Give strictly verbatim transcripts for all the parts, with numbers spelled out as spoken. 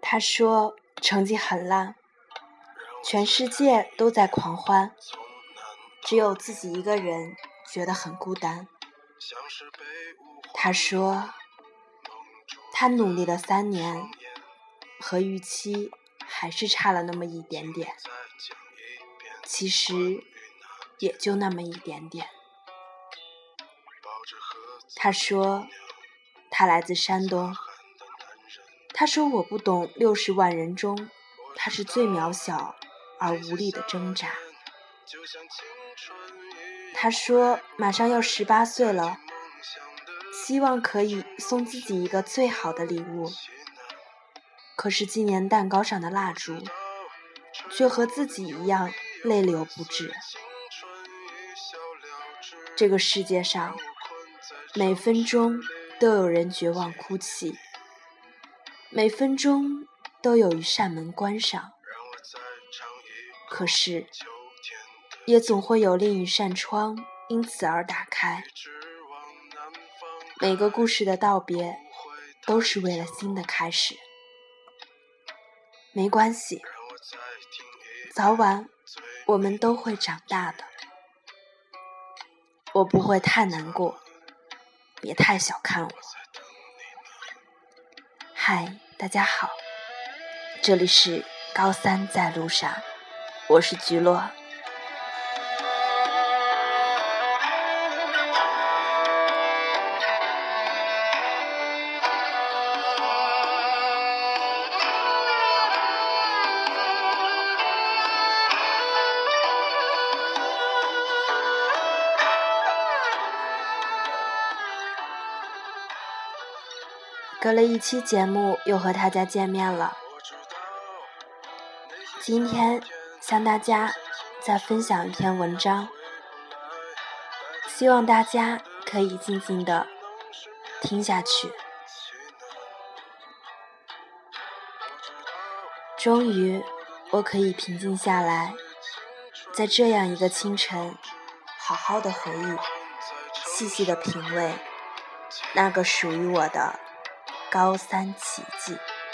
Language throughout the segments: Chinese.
他说成绩很烂，全世界都在狂欢，只有自己一个人觉得很孤单。他说他努力了三年，和预期还是差了那么一点点，其实也就那么一点点。他说他来自山东，他说我不懂六十万人中他是最渺小而无力的挣扎。他说马上要十八岁了，希望可以送自己一个最好的礼物，可是今年蛋糕上的蜡烛却和自己一样泪流不止。这个世界上每分钟都有人绝望哭泣，每分钟都有一扇门关上，可是也总会有另一扇窗因此而打开。每个故事的道别都是为了新的开始。没关系，早晚我们都会长大的。我不会太难过，别太小看我。嗨，大家好，这里是高三在路上，我是菊落。隔了一期节目，又和大家见面了。今天向大家再分享一篇文章，希望大家可以静静地听下去。终于，我可以平静下来，在这样一个清晨，好好的回忆，细细的品味那个属于我的高三奇迹。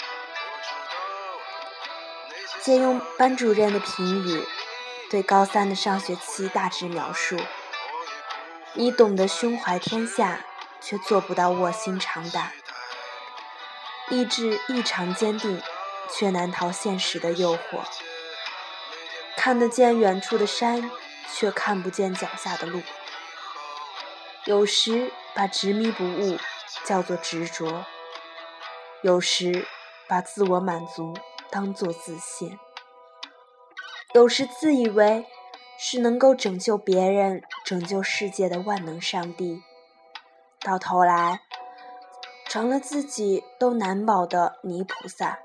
借用班主任的评语，对高三的上学期大致描述：你懂得胸怀天下，却做不到卧薪尝胆；意志异常坚定，却难逃现实的诱惑；看得见远处的山，却看不见脚下的路。有时把执迷不悟叫做执着，有时把自我满足当作自信，有时自以为是能够拯救别人、拯救世界的万能上帝，到头来成了自己都难保的泥菩萨。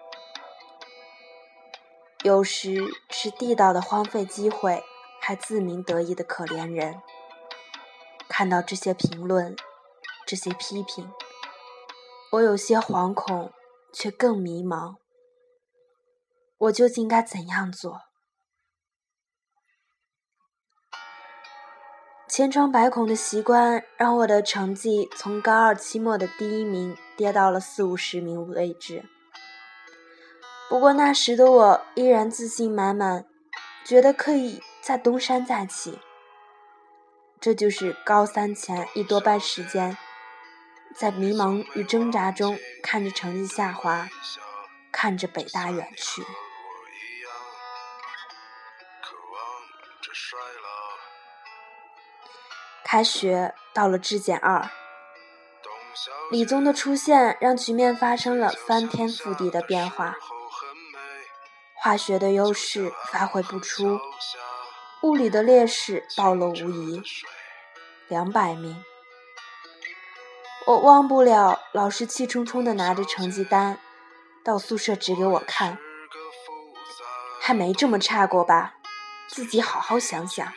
有时是地道的荒废机会，还自鸣得意的可怜人。看到这些评论，这些批评，我有些惶恐，却更迷茫。我究竟该怎样做？千疮百孔的习惯让我的成绩从高二期末的第一名跌到了四五十名位置。不过那时的我依然自信满满，觉得可以再东山再起。这就是高三前一多半时间，在迷茫与挣扎中，看着成绩下滑，看着北大远去。开学到了质检二，理综的出现让局面发生了翻天覆地的变化。化学的优势发挥不出，物理的劣势暴露无遗。两百名，我忘不了老师气冲冲地拿着成绩单到宿舍指给我看，还没这么差过吧，自己好好想想。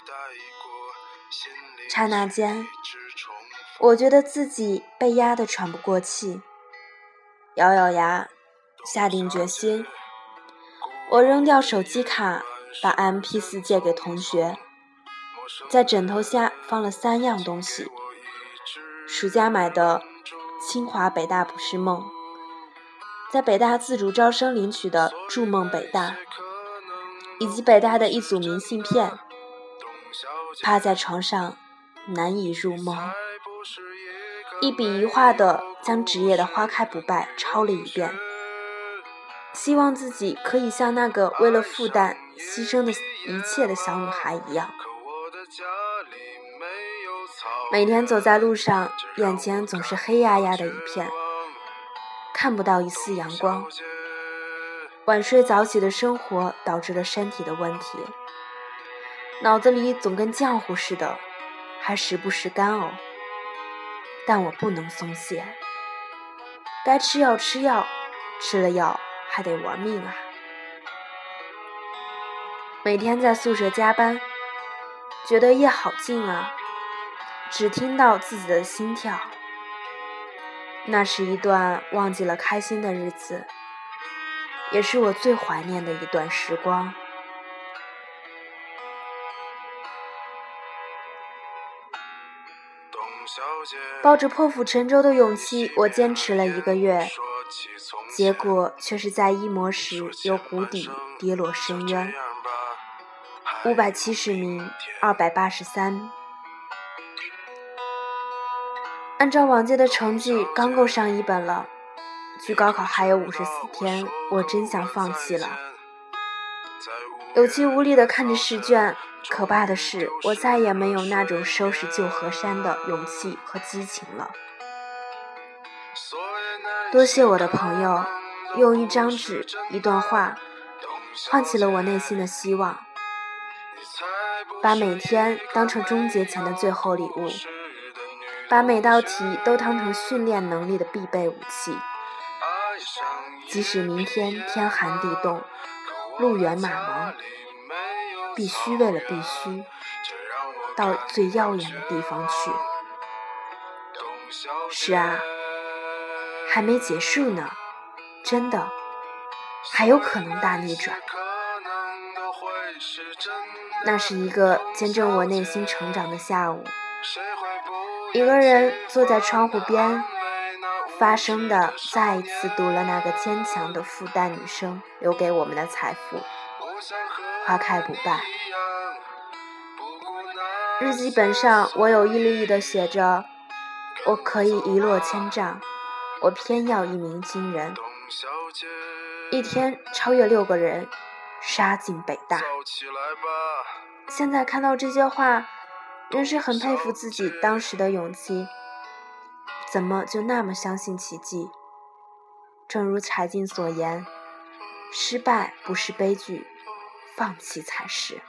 刹那间，我觉得自己被压得喘不过气，咬咬牙，下定决心，我扔掉手机卡，把 M P 四 借给同学，在枕头下放了三样东西：暑假买的清华北大不是梦， 在北大自主招生领取的筑梦北大，以及北大的一组明信片，趴在床上难以入梦，一笔一画地将职业的花开不败抄了一遍，希望自己可以像那个为了复旦牺牲的一切的小女孩一样。每天走在路上，眼前总是黑压压的一片，看不到一丝阳光。晚睡早起的生活导致了身体的问题，脑子里总跟浆糊似的，还时不时干呕。但我不能松懈，该吃药吃药，吃了药还得玩命啊！每天在宿舍加班，觉得夜好静啊，只听到自己的心跳。那是一段忘记了开心的日子，也是我最怀念的一段时光。抱着破釜沉舟的勇气，我坚持了一个月，结果却是在一模时由谷底跌落深渊。五百七十名，二百八十三。按照往届的成绩，刚够上一本了。距高考还有五十四天，我真想放弃了。有气无力地看着试卷，可怕的是，我再也没有那种收拾旧河山的勇气和激情了。多谢我的朋友，用一张纸、一段话，唤起了我内心的希望。把每天当成终结前的最后礼物，把每道题都当成训练能力的必备武器。即使明天天寒地冻，路远马茫，必须为了必须，到最遥远的地方去。是啊，还没结束呢，真的，还有可能大逆转。那是一个见证我内心成长的下午，一个人坐在窗户边，发声地再一次读了那个坚强的复旦女生留给我们的财富，花开不败。日记本上我有意立意地写着，我可以一落千丈，我偏要一鸣惊人，一天超越六个人，杀进北大。现在看到这些话，仍是很佩服自己当时的勇气，怎么就那么相信奇迹？正如柴静所言，失败不是悲剧，放弃才是。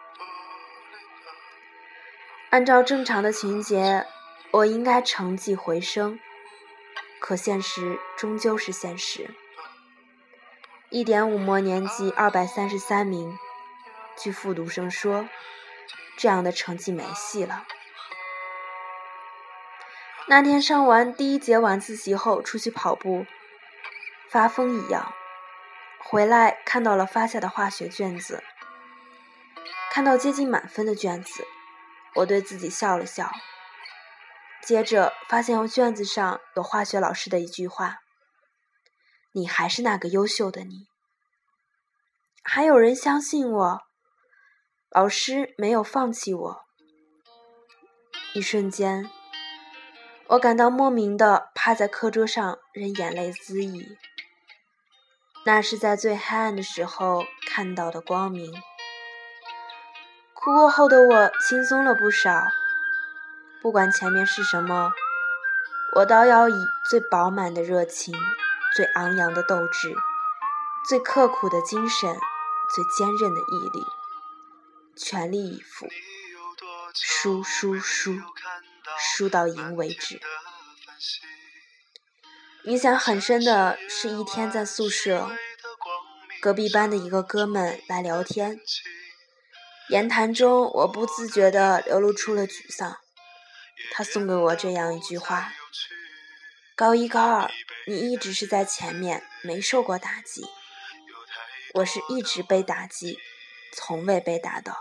按照正常的情节，我应该成绩回升，可现实终究是现实。一点五模年级二百三十三名，据复读生说，这样的成绩没戏了。那天上完第一节晚自习后出去跑步，发疯一样，回来看到了发下的化学卷子，看到接近满分的卷子，我对自己笑了笑，接着发现卷子上有化学老师的一句话，你还是那个优秀的你。还有人相信我，老师没有放弃我。一瞬间，我感到莫名地趴在课桌上，任眼泪恣意。那是在最黑暗的时候看到的光明。哭过后的我轻松了不少，不管前面是什么，我都要以最饱满的热情，最昂扬的斗志，最刻苦的精神，最坚韧的毅力，全力以赴，输输输，输到赢为止。印象很深的是一天在宿舍，隔壁班的一个哥们来聊天，言谈中我不自觉地流露出了沮丧。他送给我这样一句话，高一高二你一直是在前面，没受过打击，我是一直被打击，从未被打倒。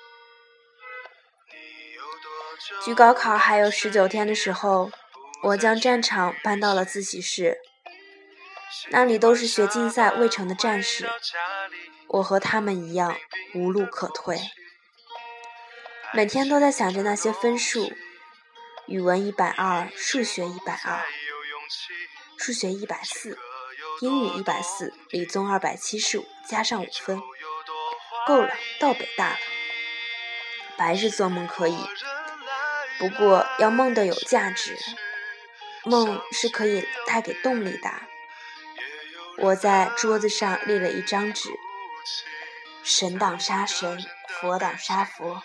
距高考还有十九天的时候，我将战场搬到了自习室。 那里都是学竞赛未成的战士，我和他们一样无路可退。每天都在想着那些分数，语文一百二，数学一百二，数学一百四，英语一百四，理综二百七十五，加上五分，够了，到北大了。白日做梦可以，不过要梦得有价值，梦是可以带给动力的。我在桌子上立了一张纸，神挡杀神，佛挡杀佛，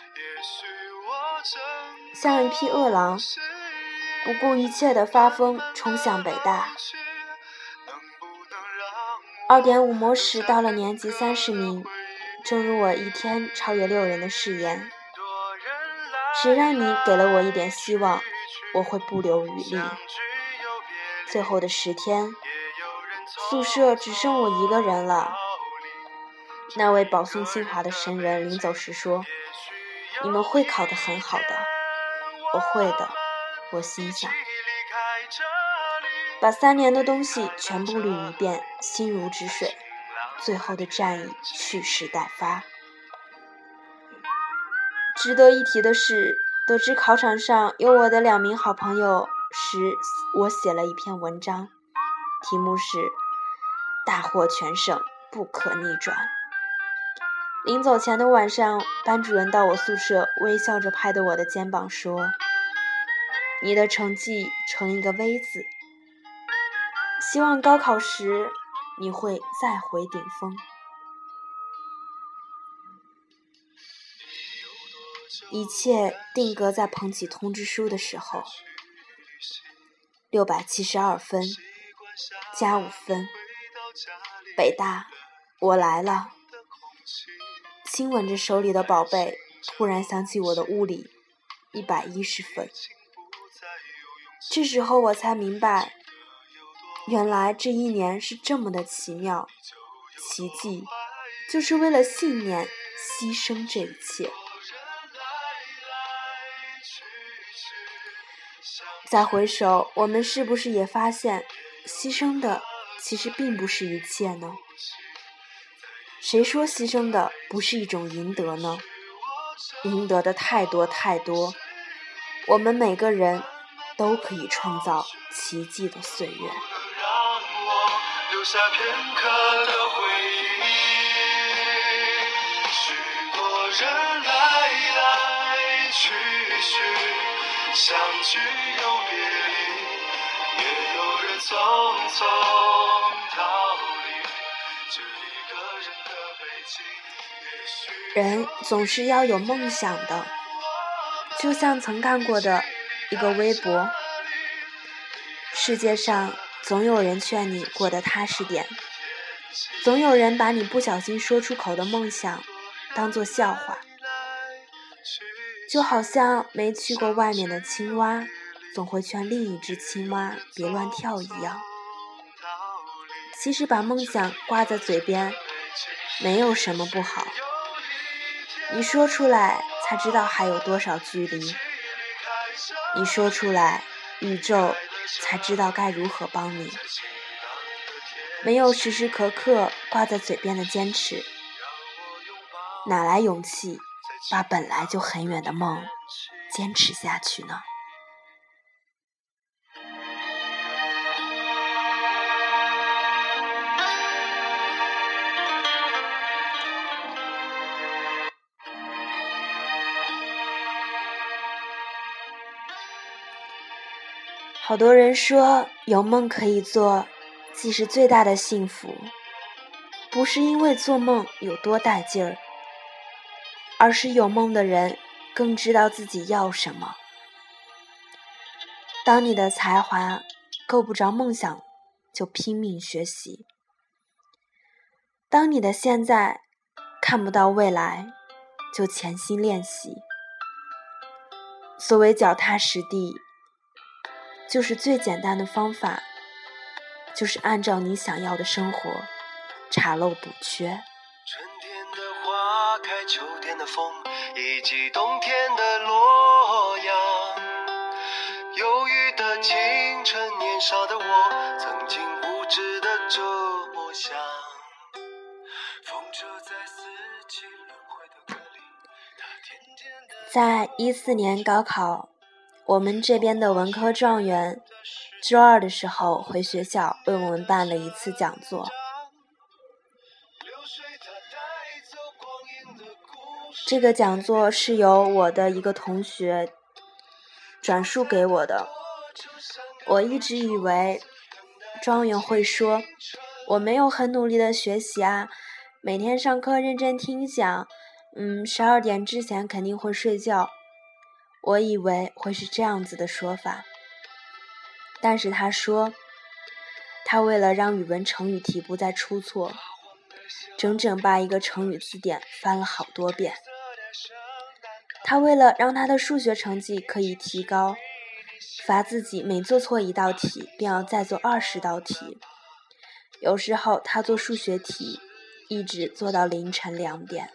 像一匹饿狼，不顾一切地发疯冲向北大。二点五模时到了年级三十名，正如我一天超越六人的誓言。谁让你给了我一点希望，我会不留余力。最后的十天，宿舍只剩我一个人了。那位保送清华的神人临走时说，你们会考得很好的。我会的，我心想。把三年的东西全部捋一遍，心如止水。最后的战役蓄势待发。值得一提的是，得知考场上有我的两名好朋友时，我写了一篇文章，题目是大获全胜，不可逆转。临走前的晚上，班主任到我宿舍，微笑着拍着我的肩膀说，你的成绩呈一个 V 字，希望高考时你会再回顶峰。一切定格在捧起通知书的时候，六百七十二分，加五分，北大，我来了。亲吻着手里的宝贝，突然想起我的物理一百一十分。这时候我才明白，原来这一年是这么的奇妙，奇迹就是为了信念牺牲这一切。再回首，我们是不是也发现，牺牲的其实并不是一切呢？谁说牺牲的不是一种赢得呢？赢得的太多太多，我们每个人都可以创造奇迹的岁月。让我留下片刻的回忆，许多人来来去去，相聚又别离，也有人匆匆逃离这一个人的北京。人总是要有梦想的，就像曾看过的一个微博，世界上总有人劝你过得踏实点，总有人把你不小心说出口的梦想当作笑话，就好像没去过外面的青蛙总会劝另一只青蛙别乱跳一样。其实把梦想挂在嘴边没有什么不好，你说出来才知道还有多少距离，你说出来宇宙才知道该如何帮你。没有时时刻刻挂在嘴边的坚持，哪来勇气把本来就很远的梦坚持下去呢？好多人说有梦可以做既是最大的幸福，不是因为做梦有多带劲儿，而是有梦的人更知道自己要什么。当你的才华够不着梦想，就拼命学习；当你的现在看不到未来，就潜心练习。所谓脚踏实地，就是最简单的方法，就是按照你想要的生活查漏补缺。 春天的花开，秋天的风，以及冬天的洛阳， 忧郁的清晨，年少的我曾经无知的这么想。风车在四季轮回的歌里，它渐渐地在一四年高考，我们这边的文科状元周二的时候回学校为我们办了一次讲座。这个讲座是由我的一个同学转述给我的。我一直以为状元会说，我没有很努力的学习啊，每天上课认真听讲，嗯，十二点之前肯定会睡觉。我以为会是这样子的说法，但是他说，他为了让语文成语题不再出错，整整把一个成语字典翻了好多遍。他为了让他的数学成绩可以提高，罚自己每做错一道题便要再做二十道题。有时候他做数学题一直做到凌晨两点。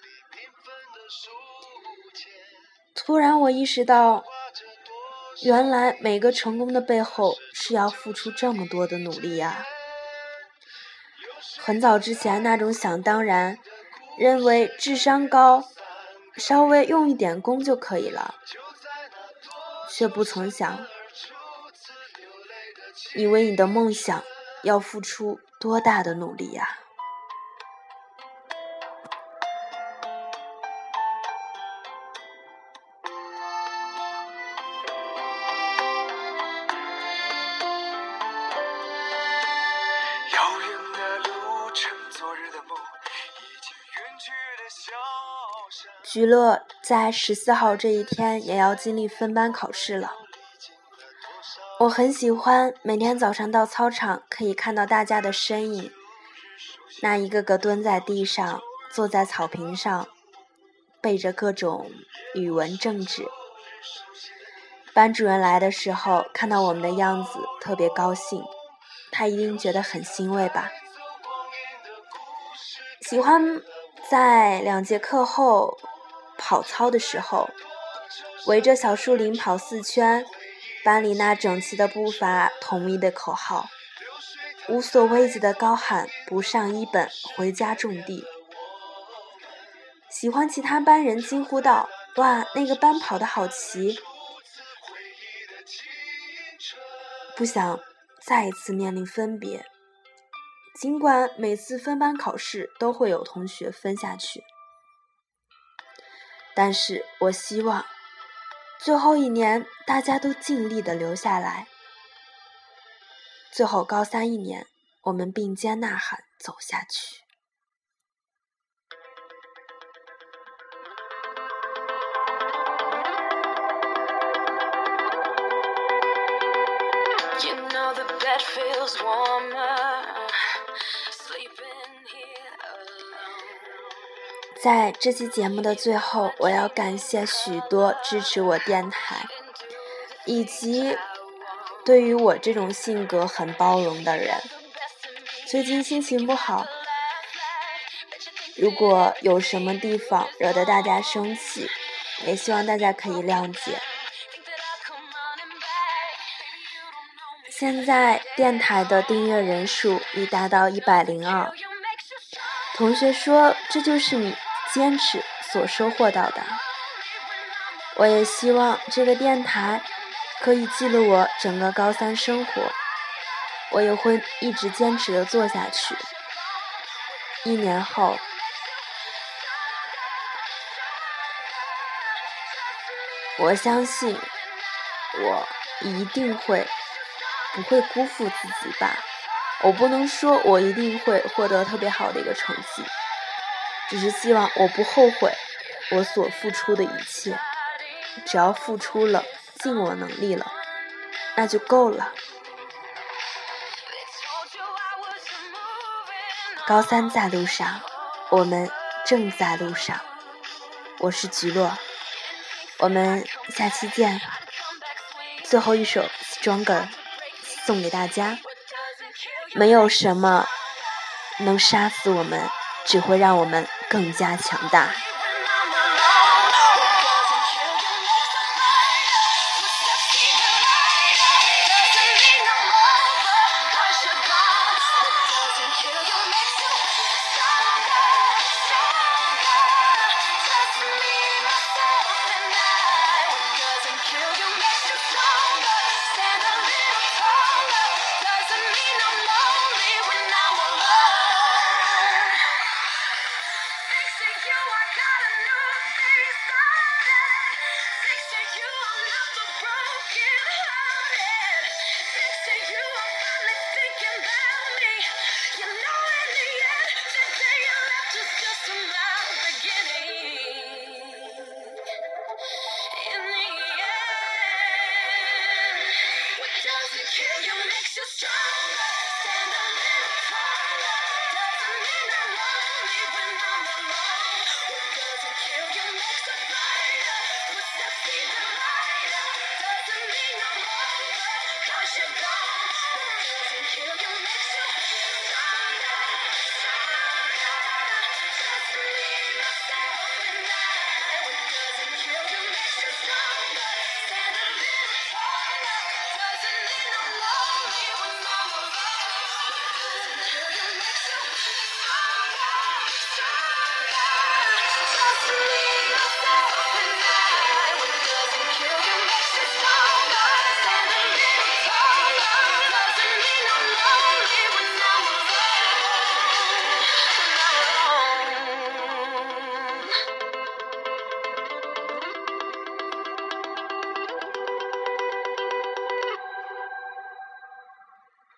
突然我意识到，原来每个成功的背后是要付出这么多的努力啊。很早之前那种想当然，认为智商高，稍微用一点功就可以了，却不曾想，你为你的梦想要付出多大的努力呀！ 遥远的路程，昨日的梦，已经远去的小山。 菊乐在十四号这一天也要经历分班考试了。我很喜欢每天早上到操场可以看到大家的身影，那一个个蹲在地上，坐在草坪上，背着各种语文政治。班主任来的时候看到我们的样子特别高兴，他一定觉得很欣慰吧。喜欢在两节课后跑操的时候，围着小树林跑四圈，班里那整齐的步伐，统一的口号，无所畏惧的高喊不上一本回家种地。喜欢其他班人惊呼道，哇，那个班跑得好齐。不想再一次面临分别，尽管每次分班考试都会有同学分下去，但是我希望最后一年大家都尽力的留下来，最后高三一年我们并肩呐喊走下去。 You know the bed feels warmer, sleeping here alone. 在这期节目的最后，我要感谢许多支持我电台，以及对于我这种性格很包容的人。最近心情不好，如果有什么地方惹得大家生气，也希望大家可以谅解。现在电台的订阅人数已达到一百零二，同学说这就是你坚持所收获到的。我也希望这个电台可以记录我整个高三生活，我也会一直坚持的做下去。一年后，我相信我一定会不会辜负自己吧。我不能说我一定会获得特别好的一个成绩，只是希望我不后悔我所付出的一切，只要付出了，尽我能力了，那就够了。高三在路上，我们正在路上。我是菊落，我们下期见。最后一首 Stronger 送给大家。没有什么能杀死我们，只会让我们更加强大。 hear you makes you strong.